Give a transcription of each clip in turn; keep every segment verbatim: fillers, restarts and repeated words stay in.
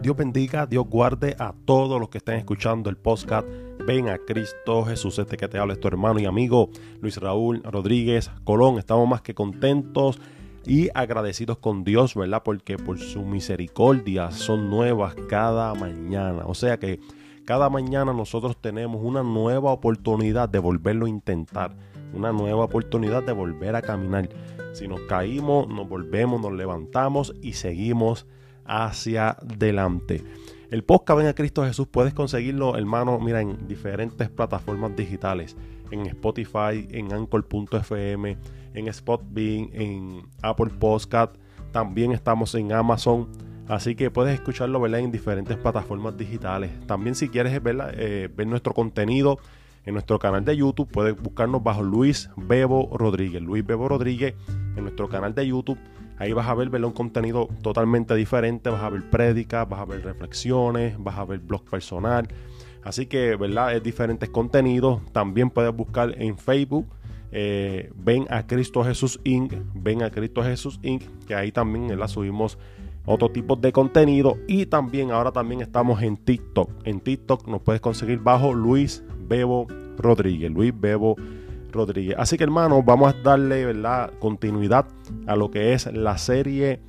Dios bendiga, Dios guarde a todos los que estén escuchando el podcast. Ven a Cristo Jesús. Este que te habla es tu hermano y amigo Luis Raúl Rodríguez Colón. Estamos más que contentos y agradecidos con Dios, ¿verdad? Porque por su misericordia son nuevas cada mañana. O sea que cada mañana nosotros tenemos una nueva oportunidad de volverlo a intentar. Una nueva oportunidad de volver a caminar. Si nos caímos, nos volvemos, nos levantamos y seguimos hacia adelante. El podcast Ven a Cristo Jesús puedes conseguirlo, hermano, mira, en diferentes plataformas digitales. En Spotify, en Anchor punto F M, en Spotify, en Apple Podcast. También estamos en Amazon. Así que puedes escucharlo, ¿verdad?, en diferentes plataformas digitales. También si quieres, ¿verdad?, eh, ver nuestro contenido en nuestro canal de YouTube, puedes buscarnos bajo Luis Bebo Rodríguez. Luis Bebo Rodríguez en nuestro canal de YouTube. Ahí vas a ver, ¿verdad?, un contenido totalmente diferente. Vas a ver prédicas, vas a ver reflexiones, vas a ver blog personal. Así que, ¿verdad?, es diferentes contenidos. También puedes buscar en Facebook. Eh, Ven a Cristo Jesús Incorporated. Ven a Cristo Jesús Incorporated. Que ahí también, ¿verdad?, subimos otro tipo de contenido. Y también, ahora también estamos en TikTok. En TikTok nos puedes conseguir bajo Luis Bebo Rodríguez. Luis Bebo Rodríguez. Así que, hermanos, vamos a darle, ¿verdad?, continuidad a lo que es la serie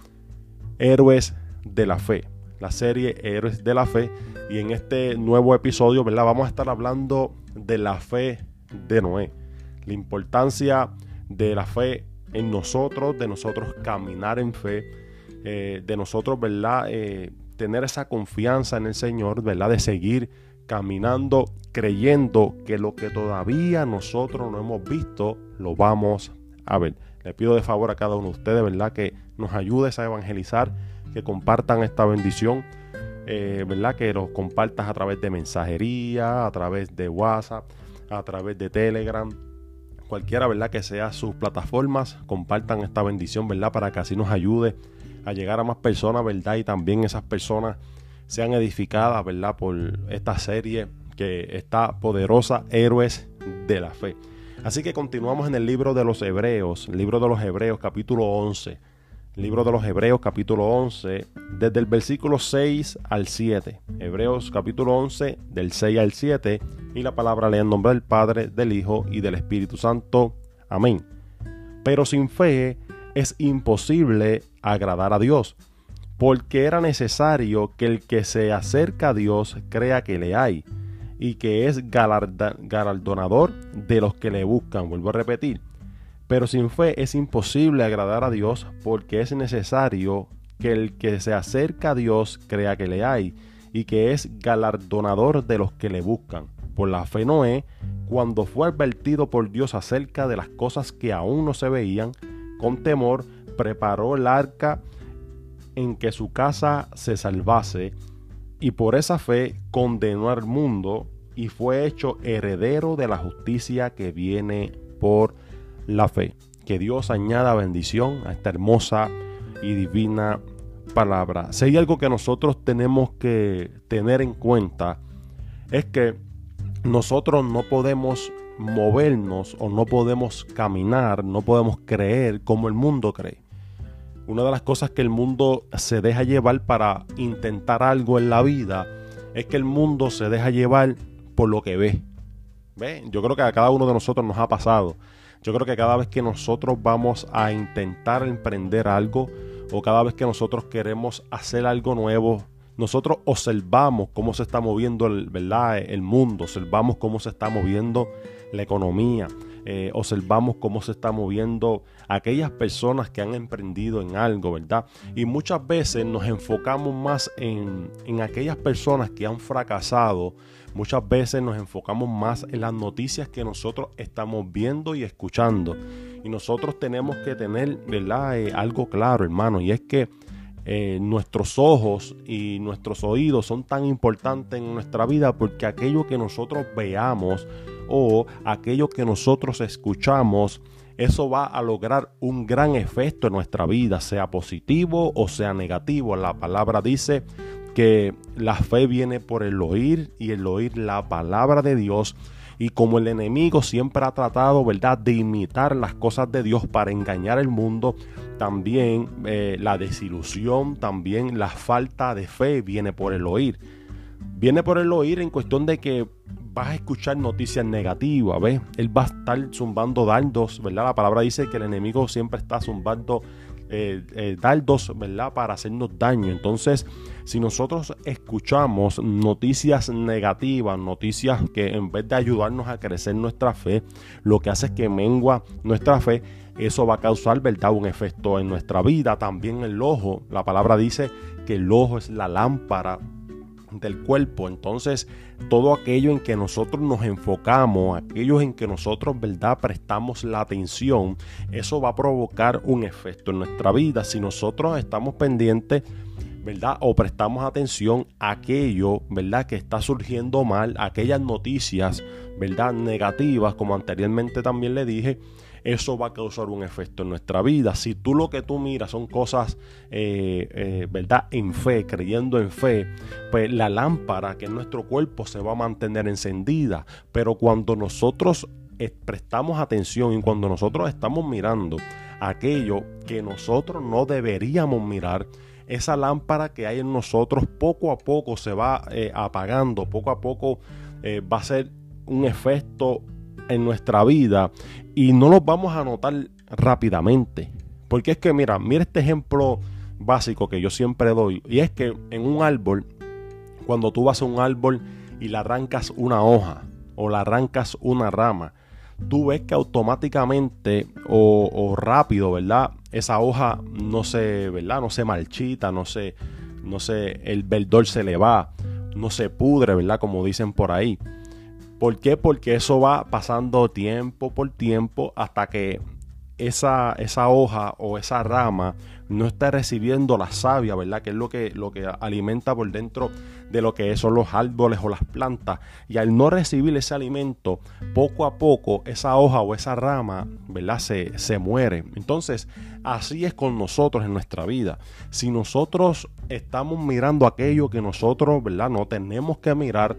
Héroes de la Fe. La serie Héroes de la Fe. Y en este nuevo episodio, ¿verdad?, vamos a estar hablando de la fe de Noé. La importancia de la fe en nosotros, de nosotros caminar en fe, eh, de nosotros, ¿verdad?, eh, tener esa confianza en el Señor, ¿verdad?, de seguir caminando, creyendo que lo que todavía nosotros no hemos visto, lo vamos a ver. Le pido de favor a cada uno de ustedes, ¿verdad?, que nos ayudes a evangelizar, que compartan esta bendición, eh, ¿verdad?, que lo compartas a través de mensajería, a través de WhatsApp, a través de Telegram, cualquiera, ¿verdad?, que sea sus plataformas. Compartan esta bendición, ¿verdad?, para que así nos ayude a llegar a más personas, ¿verdad?, y también esas personas sean edificadas, ¿verdad?, por esta serie que está poderosa, Héroes de la Fe. Así que continuamos en el libro de los Hebreos, libro de los Hebreos, capítulo once. Libro de los Hebreos, capítulo once, desde el versículo seis al siete. Hebreos, capítulo once, del seis al siete. Y la palabra lee en nombre del Padre, del Hijo y del Espíritu Santo. Amén. Pero sin fe es imposible agradar a Dios, porque era necesario que el que se acerca a Dios crea que le hay, y que es galarda, galardonador de los que le buscan. Vuelvo a repetir. Pero sin fe es imposible agradar a Dios, porque es necesario que el que se acerca a Dios crea que le hay, y que es galardonador de los que le buscan. Por la fe Noé, cuando fue advertido por Dios acerca de las cosas que aún no se veían, con temor preparó el arca en que su casa se salvase, y por esa fe condenó al mundo y fue hecho heredero de la justicia que viene por la fe. Que Dios añada bendición a esta hermosa y divina palabra. Si hay algo que nosotros tenemos que tener en cuenta, es que nosotros no podemos movernos o no podemos caminar, no podemos creer como el mundo cree. Una de las cosas que el mundo se deja llevar para intentar algo en la vida es que el mundo se deja llevar por lo que ve. ¿Ve? Yo creo que a cada uno de nosotros nos ha pasado. Yo creo que cada vez que nosotros vamos a intentar emprender algo, o cada vez que nosotros queremos hacer algo nuevo, nosotros observamos cómo se está moviendo el, ¿verdad?, el mundo, observamos cómo se está moviendo la economía. Eh, observamos cómo se está moviendo aquellas personas que han emprendido en algo, ¿verdad? Y muchas veces nos enfocamos más en, en aquellas personas que han fracasado. Muchas veces nos enfocamos más en las noticias que nosotros estamos viendo y escuchando. Y nosotros tenemos que tener, ¿verdad?, eh, algo claro, hermano, y es que Eh, nuestros ojos y nuestros oídos son tan importantes en nuestra vida, porque aquello que nosotros veamos o aquello que nosotros escuchamos, eso va a lograr un gran efecto en nuestra vida, sea positivo o sea negativo. La palabra dice que la fe viene por el oír y el oír la palabra de Dios. Y como el enemigo siempre ha tratado, ¿verdad?, de imitar las cosas de Dios para engañar al mundo, también eh, la desilusión, también la falta de fe viene por el oír. Viene por el oír en cuestión de que vas a escuchar noticias negativas, ¿ves? Él va a estar zumbando dardos, ¿verdad? La palabra dice que el enemigo siempre está zumbando eh, eh, dardos, ¿verdad?, para hacernos daño. Entonces, si nosotros escuchamos noticias negativas, noticias que en vez de ayudarnos a crecer nuestra fe, lo que hace es que mengua nuestra fe, eso va a causar, ¿verdad?, un efecto en nuestra vida. También el ojo, la palabra dice que el ojo es la lámpara del cuerpo. Entonces, todo aquello en que nosotros nos enfocamos, aquellos en que nosotros, ¿verdad?, prestamos la atención, eso va a provocar un efecto en nuestra vida. Si nosotros estamos pendientes, ¿verdad?, o prestamos atención a aquello, ¿verdad?, que está surgiendo mal, aquellas noticias, ¿verdad?, negativas, como anteriormente también le dije, eso va a causar un efecto en nuestra vida. Si tú lo que tú miras son cosas, eh, eh, ¿verdad?, en fe, creyendo en fe, pues la lámpara que es nuestro cuerpo se va a mantener encendida. Pero cuando nosotros eh, prestamos atención y cuando nosotros estamos mirando aquello que nosotros no deberíamos mirar, esa lámpara que hay en nosotros poco a poco se va eh, apagando, poco a poco eh, va a ser un efecto en nuestra vida y no los vamos a notar rápidamente. Porque es que mira, mira este ejemplo básico que yo siempre doy, y es que en un árbol, cuando tú vas a un árbol y le arrancas una hoja o le arrancas una rama, tú ves que automáticamente o, o rápido, ¿verdad?, esa hoja no se, ¿verdad?, no se marchita, no se, no se, el verdor se le va, no se pudre, ¿verdad?, como dicen por ahí. ¿Por qué? Porque eso va pasando tiempo por tiempo hasta que esa, esa hoja o esa rama no está recibiendo la savia, ¿verdad?, que es lo que, lo que alimenta por dentro de lo que son los árboles o las plantas. Y al no recibir ese alimento, poco a poco esa hoja o esa rama, ¿verdad?, se, se muere. Entonces, así es con nosotros en nuestra vida. Si nosotros estamos mirando aquello que nosotros, ¿verdad?, no tenemos que mirar,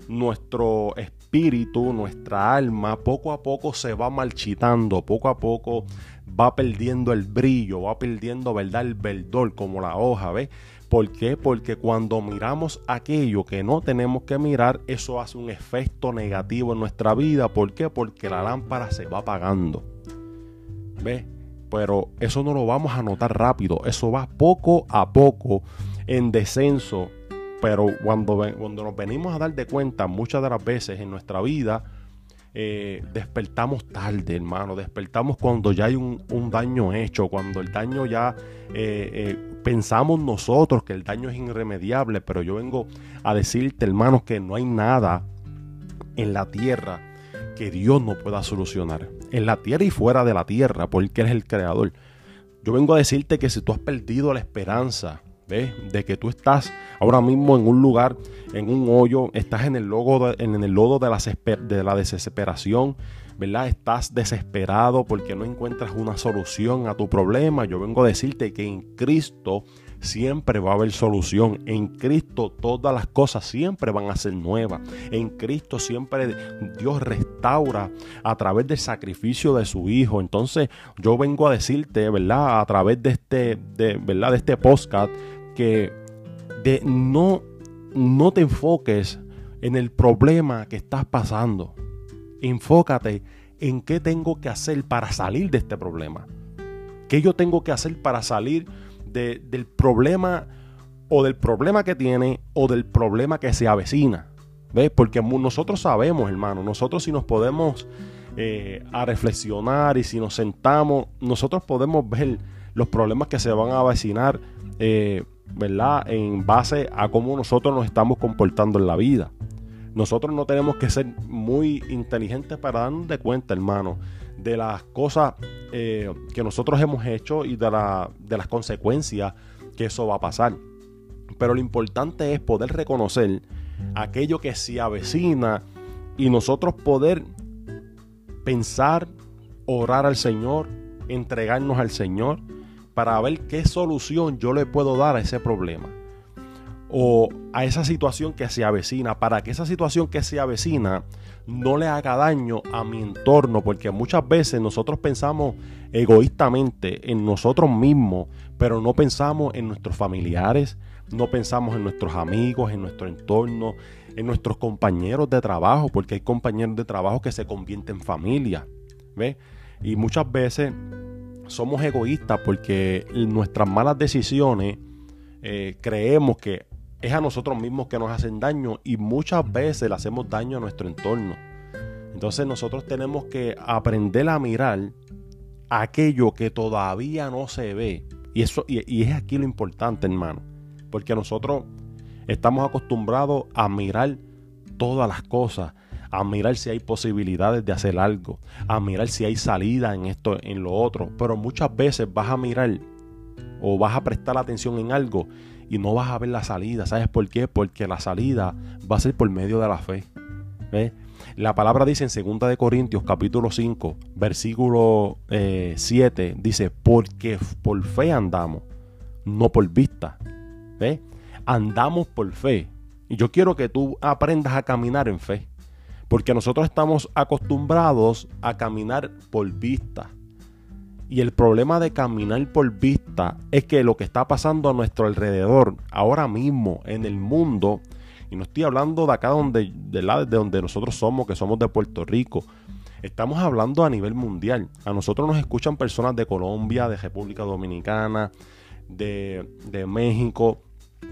nuestro espíritu, nuestra alma, poco a poco se va marchitando, poco a poco va perdiendo el brillo, va perdiendo, ¿verdad?, el verdor como la hoja, ¿ves? ¿Por qué? Porque cuando miramos aquello que no tenemos que mirar, eso hace un efecto negativo en nuestra vida. ¿Por qué? Porque la lámpara se va apagando, ¿ves? Pero eso no lo vamos a notar rápido, eso va poco a poco en descenso. Pero cuando, cuando nos venimos a dar de cuenta, muchas de las veces en nuestra vida, eh, despertamos tarde, hermano. Despertamos cuando ya hay un, un daño hecho, cuando el daño ya eh, eh, pensamos nosotros que el daño es irremediable. Pero yo vengo a decirte, hermanos, que no hay nada en la tierra que Dios no pueda solucionar. En la tierra y fuera de la tierra, porque Él es el creador. Yo vengo a decirte que si tú has perdido la esperanza, ¿ves?, de que tú estás ahora mismo en un lugar, en un hoyo, estás en el lodo de, en el lodo de la, de la desesperación, ¿verdad? Estás desesperado porque no encuentras una solución a tu problema. Yo vengo a decirte que en Cristo siempre va a haber solución. En Cristo todas las cosas siempre van a ser nuevas. En Cristo siempre Dios restaura a través del sacrificio de su Hijo. Entonces yo vengo a decirte, ¿verdad?, a través de este, de, ¿verdad?, de este podcast, que de no, no te enfoques en el problema que estás pasando. Enfócate en qué tengo que hacer para salir de este problema. ¿Qué yo tengo que hacer para salir de, del problema o del problema que tiene o del problema que se avecina? ¿Ves? Porque nosotros sabemos, hermano, nosotros si nos podemos eh, a reflexionar y si nos sentamos, nosotros podemos ver los problemas que se van a avecinar, eh, ¿verdad?, en base a cómo nosotros nos estamos comportando en la vida. Nosotros no tenemos que ser muy inteligentes para darnos de cuenta, hermano, de las cosas eh, que nosotros hemos hecho y de, la, de las consecuencias que eso va a pasar. Pero lo importante es poder reconocer aquello que se avecina y nosotros poder pensar, orar al Señor, entregarnos al Señor para ver qué solución yo le puedo dar a ese problema. O a esa situación que se avecina, para que esa situación que se avecina no le haga daño a mi entorno, porque muchas veces nosotros pensamos egoístamente en nosotros mismos, pero no pensamos en nuestros familiares, no pensamos en nuestros amigos, en nuestro entorno, en nuestros compañeros de trabajo, porque hay compañeros de trabajo que se convierten en familia, ¿ves? Y muchas veces somos egoístas porque nuestras malas decisiones eh, creemos que es a nosotros mismos que nos hacen daño, y muchas veces le hacemos daño a nuestro entorno. Entonces nosotros tenemos que aprender a mirar aquello que todavía no se ve. Y, eso, y, y es aquí lo importante, hermano. Porque nosotros estamos acostumbrados a mirar todas las cosas, a mirar si hay posibilidades de hacer algo, a mirar si hay salida en esto, en lo otro. Pero muchas veces vas a mirar o vas a prestar atención en algo y no vas a ver la salida. ¿Sabes por qué? Porque la salida va a ser por medio de la fe. ¿Ves? La palabra dice en segunda de Corintios capítulo cinco, versículo eh, siete, dice, porque por fe andamos, no por vista. ¿Ves? Andamos por fe. Y yo quiero que tú aprendas a caminar en fe, porque nosotros estamos acostumbrados a caminar por vista. Y el problema de caminar por vista es que lo que está pasando a nuestro alrededor ahora mismo en el mundo, y no estoy hablando de acá donde, de, la, de donde nosotros somos, que somos de Puerto Rico, estamos hablando a nivel mundial. A nosotros nos escuchan personas de Colombia, de República Dominicana, de, de México,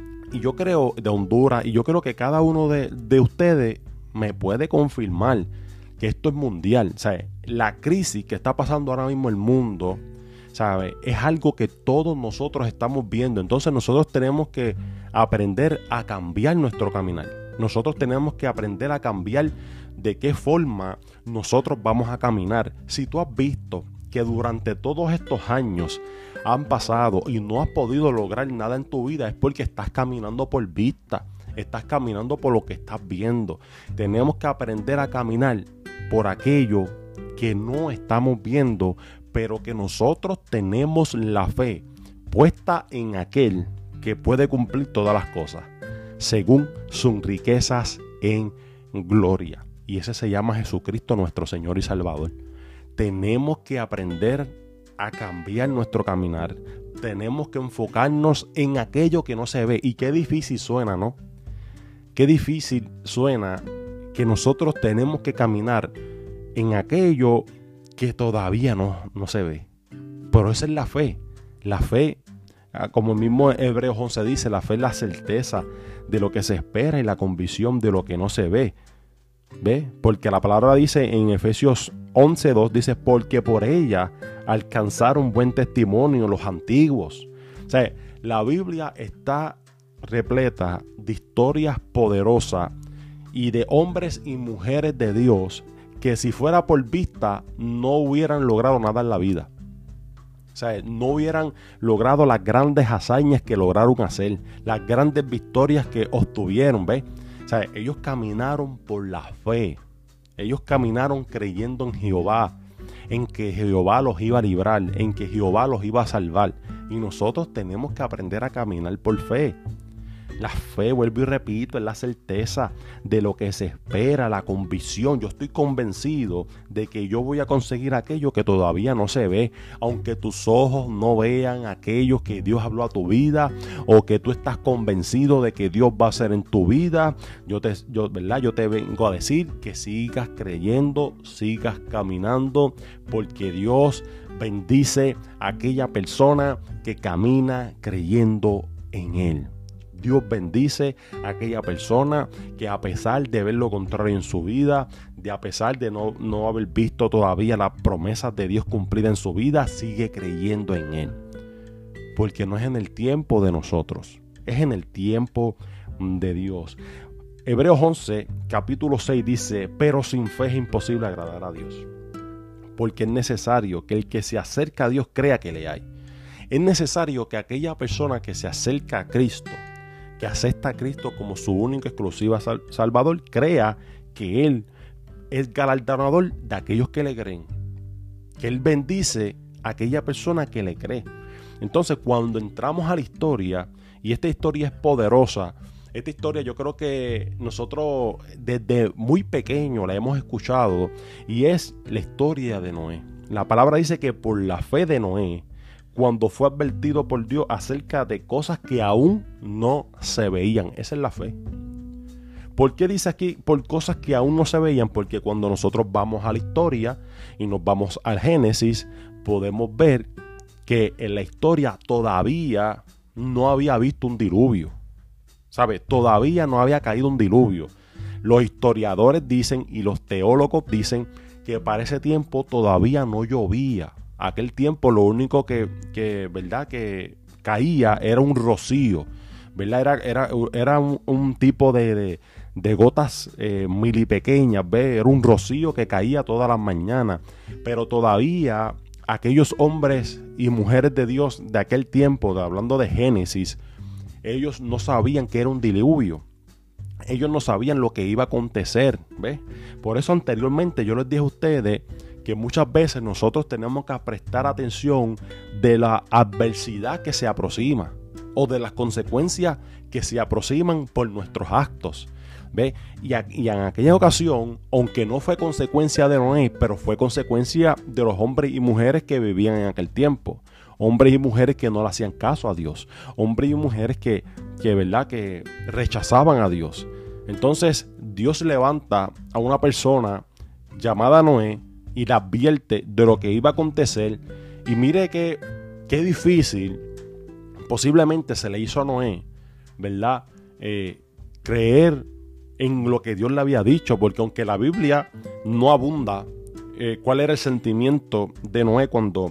y yo creo, de Honduras, y yo creo que cada uno de, de ustedes me puede confirmar que esto es mundial. ¿Sabe? La crisis que está pasando ahora mismo en el mundo, ¿sabe? Es algo que todos nosotros estamos viendo. Entonces nosotros tenemos que aprender a cambiar nuestro caminar. Nosotros tenemos que aprender a cambiar de qué forma nosotros vamos a caminar. Si tú has visto que durante todos estos años han pasado y no has podido lograr nada en tu vida, es porque estás caminando por vista. Estás caminando por lo que estás viendo. Tenemos que aprender a caminar por aquello que no estamos viendo, pero que nosotros tenemos la fe puesta en aquel que puede cumplir todas las cosas, según sus riquezas en gloria. Y ese se llama Jesucristo, nuestro Señor y Salvador. Tenemos que aprender a cambiar nuestro caminar. Tenemos que enfocarnos en aquello que no se ve. Y qué difícil suena, ¿no? Qué difícil suena que nosotros tenemos que caminar en aquello que todavía no, no se ve. Pero esa es la fe. La fe, como el mismo Hebreos once dice, la fe es la certeza de lo que se espera y la convicción de lo que no se ve. ¿Ve? Porque la palabra dice en Efesios once dos, dice, porque por ella alcanzaron buen testimonio los antiguos. O sea, la Biblia está repleta de historias poderosas y de hombres y mujeres de Dios que si fuera por vista no hubieran logrado nada en la vida. O sea, no hubieran logrado las grandes hazañas que lograron hacer, las grandes victorias que obtuvieron, ¿ves? O sea, ellos caminaron por la fe. Ellos caminaron creyendo en Jehová, en que Jehová los iba a librar, en que Jehová los iba a salvar. Y nosotros tenemos que aprender a caminar por fe. La fe, vuelvo y repito, es la certeza de lo que se espera, la convicción. Yo estoy convencido de que yo voy a conseguir aquello que todavía no se ve, aunque tus ojos no vean aquello que Dios habló a tu vida, o que tú estás convencido de que Dios va a hacer en tu vida. Yo te, yo, ¿verdad? Yo te vengo a decir que sigas creyendo, sigas caminando, porque Dios bendice a aquella persona que camina creyendo en Él. Dios bendice a aquella persona que, a pesar de ver lo contrario en su vida, de a pesar de no, no haber visto todavía las promesas de Dios cumplidas en su vida, sigue creyendo en Él. Porque no es en el tiempo de nosotros, es en el tiempo de Dios. Hebreos once, capítulo seis dice, pero sin fe es imposible agradar a Dios. Porque es necesario que el que se acerca a Dios crea que le hay. Es necesario que aquella persona que se acerca a Cristo, que acepta a Cristo como su único exclusivo Salvador, crea que Él es galardonador de aquellos que le creen, que Él bendice a aquella persona que le cree. Entonces, cuando entramos a la historia, y esta historia es poderosa, esta historia yo creo que nosotros desde muy pequeño la hemos escuchado y es la historia de Noé. La palabra dice que por la fe de Noé, cuando fue advertido por Dios acerca de cosas que aún no se veían. Esa es la fe. ¿Por qué dice aquí por cosas que aún no se veían? Porque cuando nosotros vamos a la historia y nos vamos al Génesis, podemos ver que en la historia todavía no había visto un diluvio. ¿Sabe? Todavía no había caído un diluvio. Los historiadores dicen y los teólogos dicen que para ese tiempo todavía no llovía. Aquel tiempo lo único que, que, ¿verdad? que caía era un rocío. ¿Verdad? Era, era, era un, un tipo de, de, de gotas eh, milipequeñas, ¿ves? Era un rocío que caía todas las mañanas. Pero todavía aquellos hombres y mujeres de Dios de aquel tiempo, de, hablando de Génesis, ellos no sabían que era un diluvio. Ellos no sabían lo que iba a acontecer, ¿ves? Por eso anteriormente yo les dije a ustedes que muchas veces nosotros tenemos que prestar atención de la adversidad que se aproxima o de las consecuencias que se aproximan por nuestros actos. ¿Ve? Y, a, y en aquella ocasión, aunque no fue consecuencia de Noé, pero fue consecuencia de los hombres y mujeres que vivían en aquel tiempo. Hombres y mujeres que no le hacían caso a Dios. Hombres y mujeres que, que, ¿verdad? que rechazaban a Dios. Entonces Dios levanta a una persona llamada Noé y le advierte de lo que iba a acontecer. Y mire que qué difícil posiblemente se le hizo a Noé, ¿verdad? Eh, creer en lo que Dios le había dicho, porque aunque la Biblia no abunda eh, cuál era el sentimiento de Noé cuando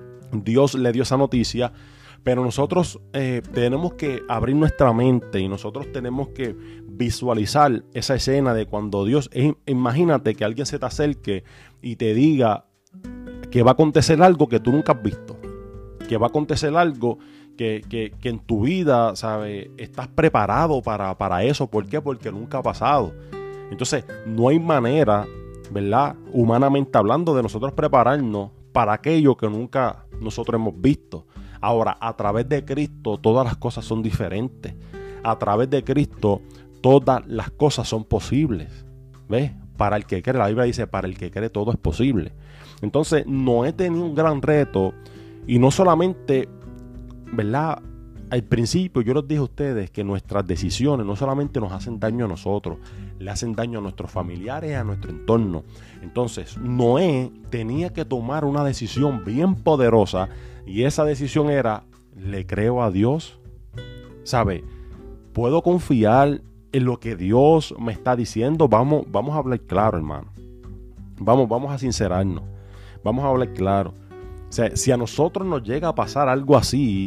Dios le dio esa noticia, pero nosotros eh, tenemos que abrir nuestra mente y nosotros tenemos que visualizar esa escena de cuando Dios, eh, imagínate que alguien se te acerque y te diga que va a acontecer algo que tú nunca has visto, que va a acontecer algo Que, que, que en tu vida, ¿sabes? Estás preparado para, para eso. ¿Por qué? Porque nunca ha pasado. Entonces, no hay manera, ¿verdad? Humanamente hablando, de nosotros prepararnos para aquello que nunca nosotros hemos visto. Ahora, a través de Cristo, todas las cosas son diferentes. A través de Cristo, todas las cosas son posibles. ¿Ves? Para el que cree, la Biblia dice, para el que cree todo es posible. Entonces, Noé tenía un gran reto y no solamente, ¿verdad? Al principio yo les dije a ustedes que nuestras decisiones no solamente nos hacen daño a nosotros, le hacen daño a nuestros familiares y a nuestro entorno. Entonces Noé tenía que tomar una decisión bien poderosa y esa decisión era, ¿le creo a Dios? ¿Sabe? ¿Puedo confiar en lo que Dios me está diciendo? Vamos, vamos a hablar claro, hermano. Vamos, vamos a sincerarnos. Vamos a hablar claro. O sea, si a nosotros nos llega a pasar algo así,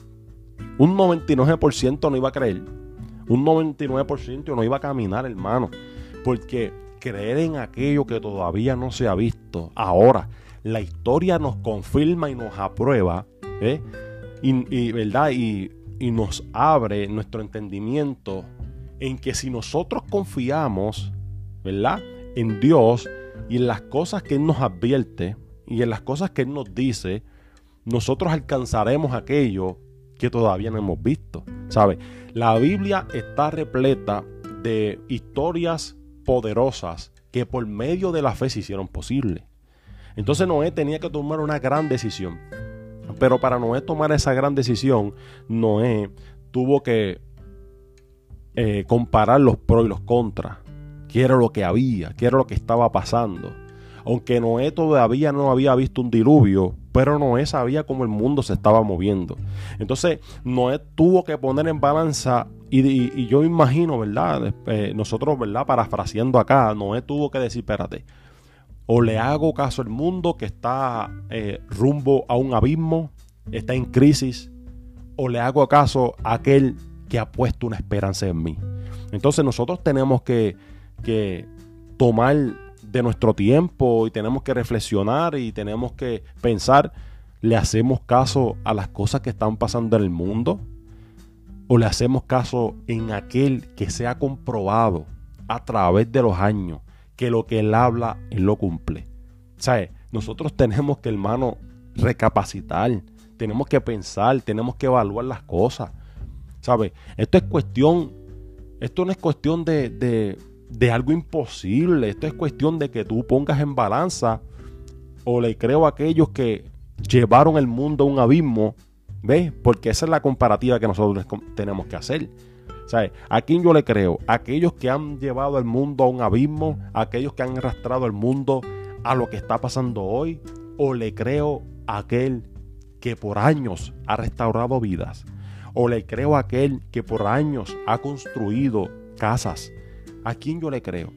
un noventa y nueve por ciento no iba a creer. Un noventa y nueve por ciento no iba a caminar, hermano. Porque creer en aquello que todavía no se ha visto. Ahora, la historia nos confirma y nos aprueba, ¿eh? y, y, ¿verdad? Y, y nos abre nuestro entendimiento en que si nosotros confiamos, ¿verdad? En Dios y en las cosas que Él nos advierte y en las cosas que Él nos dice, nosotros alcanzaremos aquello que todavía no hemos visto, ¿sabe? La Biblia está repleta de historias poderosas que por medio de la fe se hicieron posibles. Entonces Noé tenía que tomar una gran decisión. Pero para Noé tomar esa gran decisión, Noé tuvo que eh, comparar los pros y los contras. ¿Qué era lo que había? ¿Qué era lo que estaba pasando? Aunque Noé todavía no había visto un diluvio, pero Noé sabía cómo el mundo se estaba moviendo. Entonces Noé tuvo que poner en balanza, y, y, y yo imagino, ¿verdad? Eh, nosotros, ¿verdad? Parafraseando acá, Noé tuvo que decir, espérate, o le hago caso al mundo que está eh, rumbo a un abismo, está en crisis, o le hago caso a aquel que ha puesto una esperanza en mí. Entonces nosotros tenemos que, que tomar de nuestro tiempo y tenemos que reflexionar y tenemos que pensar, ¿le hacemos caso a las cosas que están pasando en el mundo? ¿O le hacemos caso en aquel que se ha comprobado a través de los años que lo que Él habla, Él lo cumple? ¿Sabes? Nosotros tenemos que, hermano, recapacitar, tenemos que pensar, tenemos que evaluar las cosas. ¿Sabes? Esto es cuestión Esto no es cuestión de, de, de algo imposible. Esto es cuestión de que tú pongas en balanza o le creo a aquellos que llevaron el mundo a un abismo, ¿ves? Porque esa es la comparativa que nosotros tenemos que hacer. ¿Sabes? ¿A quién yo le creo? ¿A aquellos que han llevado el mundo a un abismo? ¿A aquellos que han arrastrado el mundo a lo que está pasando hoy? ¿O le creo a aquel que por años ha restaurado vidas? ¿O le creo a aquel que por años ha construido casas? ¿A quién yo le creo?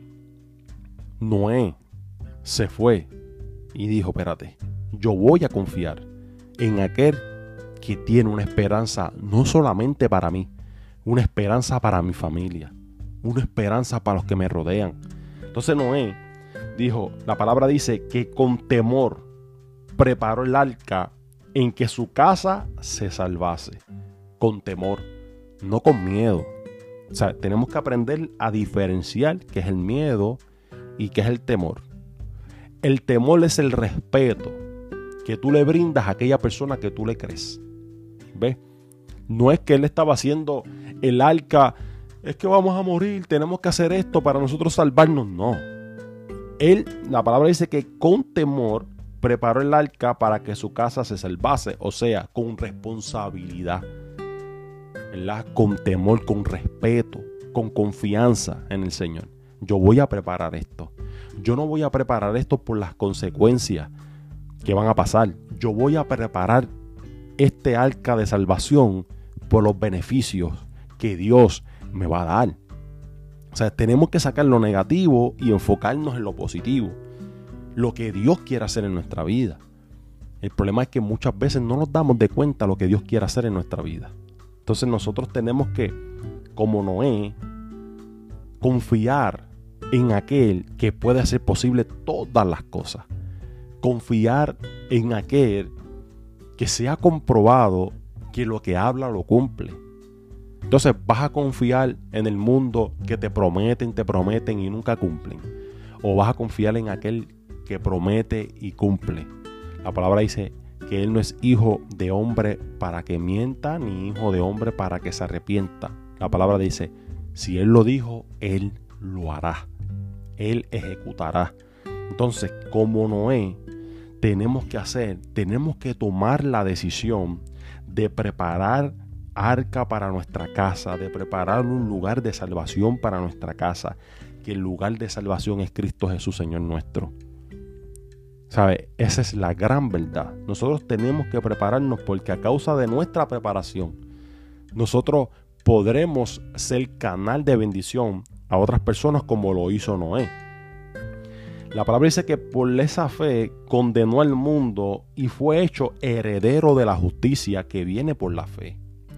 Noé se fue y dijo, espérate, yo voy a confiar en aquel que tiene una esperanza no solamente para mí, una esperanza para mi familia, una esperanza para los que me rodean. Entonces Noé dijo, la palabra dice que con temor preparó el arca en que su casa se salvase. Con temor, no con miedo. O sea, tenemos que aprender a diferenciar qué es el miedo y qué es el temor. El temor es el respeto que tú le brindas a aquella persona que tú le crees. ¿Ves? No es que él estaba haciendo el arca, es que vamos a morir, tenemos que hacer esto para nosotros salvarnos. No. Él, la palabra dice que con temor preparó el arca para que su casa se salvase. O sea, con responsabilidad, ¿verdad? Con temor, con respeto, con confianza en el Señor. Yo voy a preparar esto. Yo no voy a preparar esto por las consecuencias que van a pasar. Yo voy a preparar este arca de salvación por los beneficios que Dios me va a dar. O sea, tenemos que sacar lo negativo y enfocarnos en lo positivo, lo que Dios quiere hacer en nuestra vida. El problema es que muchas veces no nos damos de cuenta lo que Dios quiere hacer en nuestra vida. Entonces nosotros tenemos que, como Noé, confiar en aquel que puede hacer posible todas las cosas. Confiar en aquel que se ha comprobado que lo que habla lo cumple. Entonces vas a confiar en el mundo que te prometen, te prometen y nunca cumplen. O vas a confiar en aquel que promete y cumple. La palabra dice que él no es hijo de hombre para que mienta, ni hijo de hombre para que se arrepienta. La palabra dice, si él lo dijo, él lo hará. Él ejecutará. Entonces, como Noé, tenemos que hacer, tenemos que tomar la decisión de preparar arca para nuestra casa, de preparar un lugar de salvación para nuestra casa, que el lugar de salvación es Cristo Jesús, Señor nuestro. ¿Sabe? Esa es la gran verdad. Nosotros tenemos que prepararnos porque a causa de nuestra preparación, nosotros podremos ser canal de bendición a otras personas como lo hizo Noé. La palabra dice que por esa fe condenó al mundo y fue hecho heredero de la justicia que viene por la fe.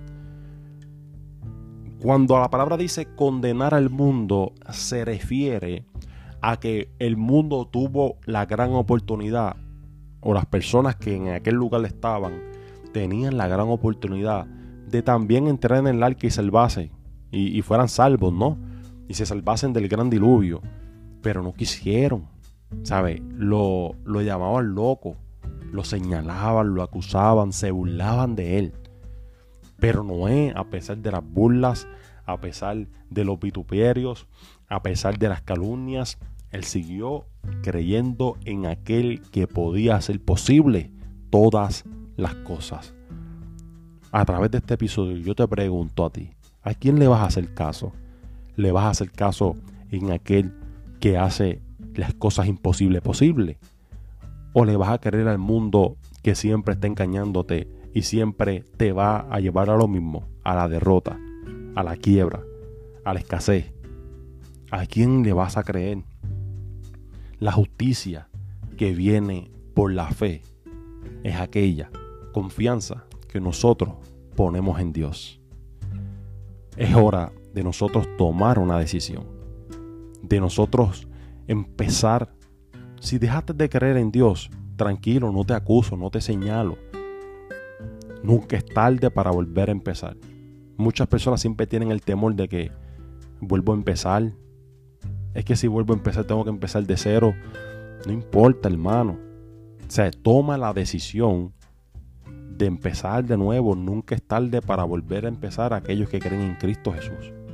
Cuando la palabra dice condenar al mundo, se refiere a que el mundo tuvo la gran oportunidad, o las personas que en aquel lugar estaban, tenían la gran oportunidad de también entrar en el arca y salvarse, y, y fueran salvos, ¿no? Y se salvasen del gran diluvio, pero no quisieron, ¿sabe? Lo, lo llamaban loco, lo señalaban, lo acusaban, se burlaban de él. Pero Noé, a pesar de las burlas, a pesar de los vituperios, a pesar de las calumnias, él siguió creyendo en aquel que podía hacer posible todas las cosas. A través de este episodio yo te pregunto a ti, ¿a quién le vas a hacer caso? ¿Le vas a hacer caso en aquel que hace las cosas imposibles posibles? ¿O le vas a creer al mundo que siempre está engañándote y siempre te va a llevar a lo mismo, a la derrota, a la quiebra, a la escasez? ¿A quién le vas a creer? La justicia que viene por la fe es aquella confianza que nosotros ponemos en Dios. Es hora de nosotros tomar una decisión, de nosotros empezar. Si dejaste de creer en Dios, tranquilo, no te acuso, no te señalo. Nunca es tarde para volver a empezar. Muchas personas siempre tienen el temor de que vuelvo a empezar. Es que si vuelvo a empezar tengo que empezar de cero. No importa, hermano. O sea, toma la decisión de empezar de nuevo. Nunca es tarde para volver a empezar aquellos que creen en Cristo Jesús.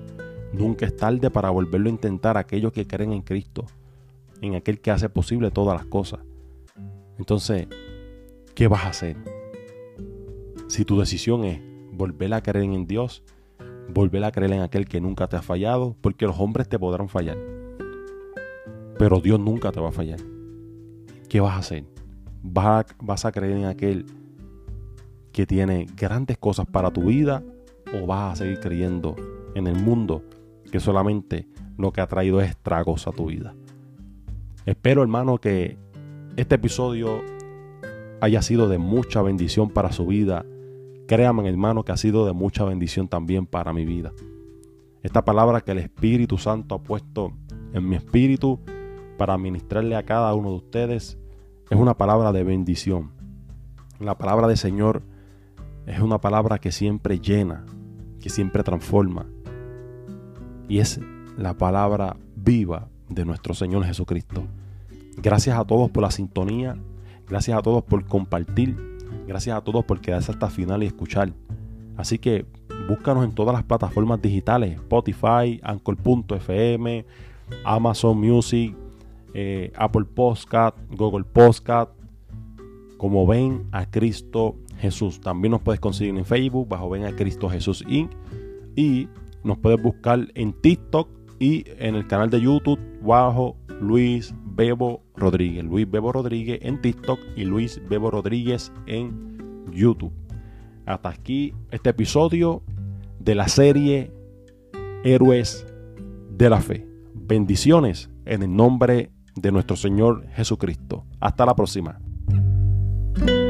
Nunca es tarde para volverlo a intentar aquellos que creen en Cristo, en aquel que hace posible todas las cosas. Entonces, ¿qué vas a hacer? Si tu decisión es volver a creer en Dios, volver a creer en aquel que nunca te ha fallado, porque los hombres te podrán fallar, pero Dios nunca te va a fallar. ¿Qué vas a hacer? ¿Vas a, vas a creer en aquel que tiene grandes cosas para tu vida, o vas a seguir creyendo en el mundo que solamente lo que ha traído es estragos a tu vida? Espero, hermano, que este episodio haya sido de mucha bendición para su vida. Créame, hermano, que ha sido de mucha bendición también para mi vida. Esta palabra que el Espíritu Santo ha puesto en mi espíritu para ministrarle a cada uno de ustedes es una palabra de bendición. La palabra del Señor es una palabra que siempre llena, que siempre transforma. Y es la palabra viva de nuestro Señor Jesucristo. Gracias a todos por la sintonía. Gracias a todos por compartir. Gracias a todos por quedarse hasta el final y escuchar. Así que búscanos en todas las plataformas digitales: Spotify, Anchor punto F M, Amazon Music, eh, Apple Podcast, Google Podcast, como Ven a Cristo Jesús. También nos puedes conseguir en Facebook bajo Ven a Cristo Jesús incorporated. Y nos puedes buscar en TikTok y en el canal de YouTube bajo Luis Bebo Rodríguez. Luis Bebo Rodríguez en TikTok y Luis Bebo Rodríguez en YouTube. Hasta aquí este episodio de la serie Héroes de la Fe. Bendiciones en el nombre de nuestro Señor Jesucristo. Hasta la próxima.